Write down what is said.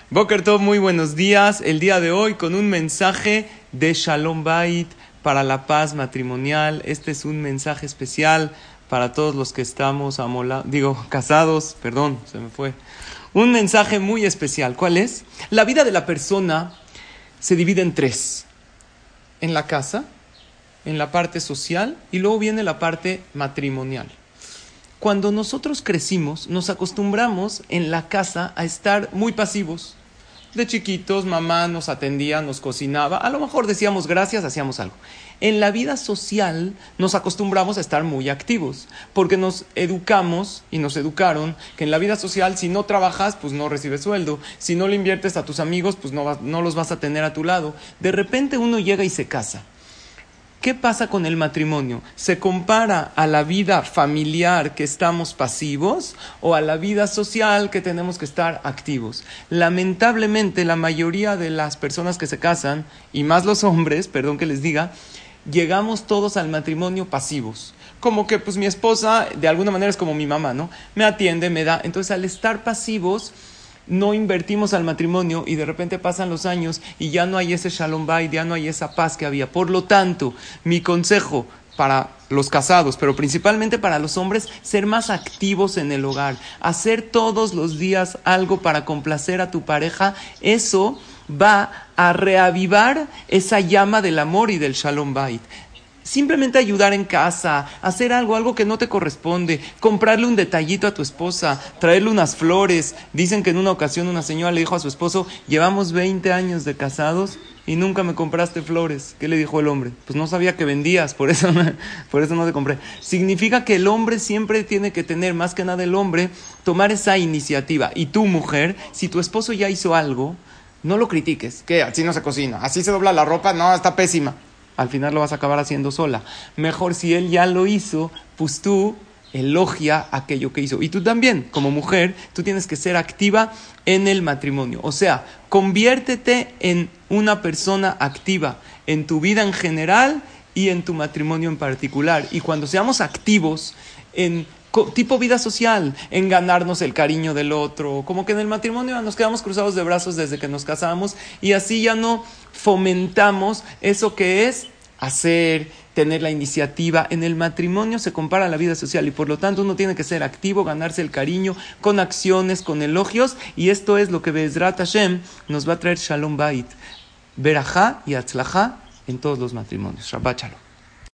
Boker Tov, muy buenos días. El día de hoy con un mensaje de Shalom Bait para la paz matrimonial. Este es un mensaje especial para todos los que estamos casados. Perdón, se me fue. Un mensaje muy especial. ¿Cuál es? La vida de la persona se divide en tres. En la casa, en la parte social y luego viene la parte matrimonial. Cuando nosotros crecimos, nos acostumbramos en la casa a estar muy pasivos. De chiquitos, mamá nos atendía, nos cocinaba. A lo mejor decíamos gracias, hacíamos algo. En la vida social nos acostumbramos a estar muy activos, porque nos educamos y nos educaron que en la vida social, si no trabajas, pues no recibes sueldo. Si no le inviertes a tus amigos, pues no los vas a tener a tu lado. De repente uno llega y se casa. ¿Qué pasa con el matrimonio? ¿Se compara a la vida familiar que estamos pasivos o a la vida social que tenemos que estar activos? Lamentablemente, la mayoría de las personas que se casan, y más los hombres, perdón que les diga, llegamos todos al matrimonio pasivos. Como que pues mi esposa de alguna manera es como mi mamá, ¿no? Me atiende, me da. Entonces al estar pasivos no invertimos al matrimonio y de repente pasan los años y ya no hay ese Shalom Bait, ya no hay esa paz que había. Por lo tanto, mi consejo para los casados, pero principalmente para los hombres, ser más activos en el hogar, hacer todos los días algo para complacer a tu pareja. Eso va a reavivar esa llama del amor y del Shalom Bait. Simplemente ayudar en casa, hacer algo que no te corresponde, comprarle un detallito a tu esposa, traerle unas flores. Dicen que en una ocasión una señora le dijo a su esposo: llevamos 20 años de casados y nunca me compraste flores. ¿Qué le dijo el hombre? Pues no sabía que vendías, por eso no te compré. Significa que el hombre siempre tiene que tener, más que nada el hombre, tomar esa iniciativa. Y tú, mujer, si tu esposo ya hizo algo, no lo critiques. ¿Qué? Así no se cocina, así se dobla la ropa, no, está pésima. Al final lo vas a acabar haciendo sola. Mejor si él ya lo hizo, pues tú elogia aquello que hizo. Y tú también, como mujer, tú tienes que ser activa en el matrimonio. O sea, conviértete en una persona activa en tu vida en general y en tu matrimonio en particular. Y cuando seamos activos en tipo vida social, en ganarnos el cariño del otro, como que en el matrimonio nos quedamos cruzados de brazos desde que nos casamos y así ya no fomentamos eso que es hacer, tener la iniciativa. En el matrimonio se compara la vida social y por lo tanto uno tiene que ser activo, ganarse el cariño con acciones, con elogios, y esto es lo que Be'ezrat Hashem nos va a traer Shalom Bait, Berajá y Atzlajá en todos los matrimonios. Shabbat Shalom.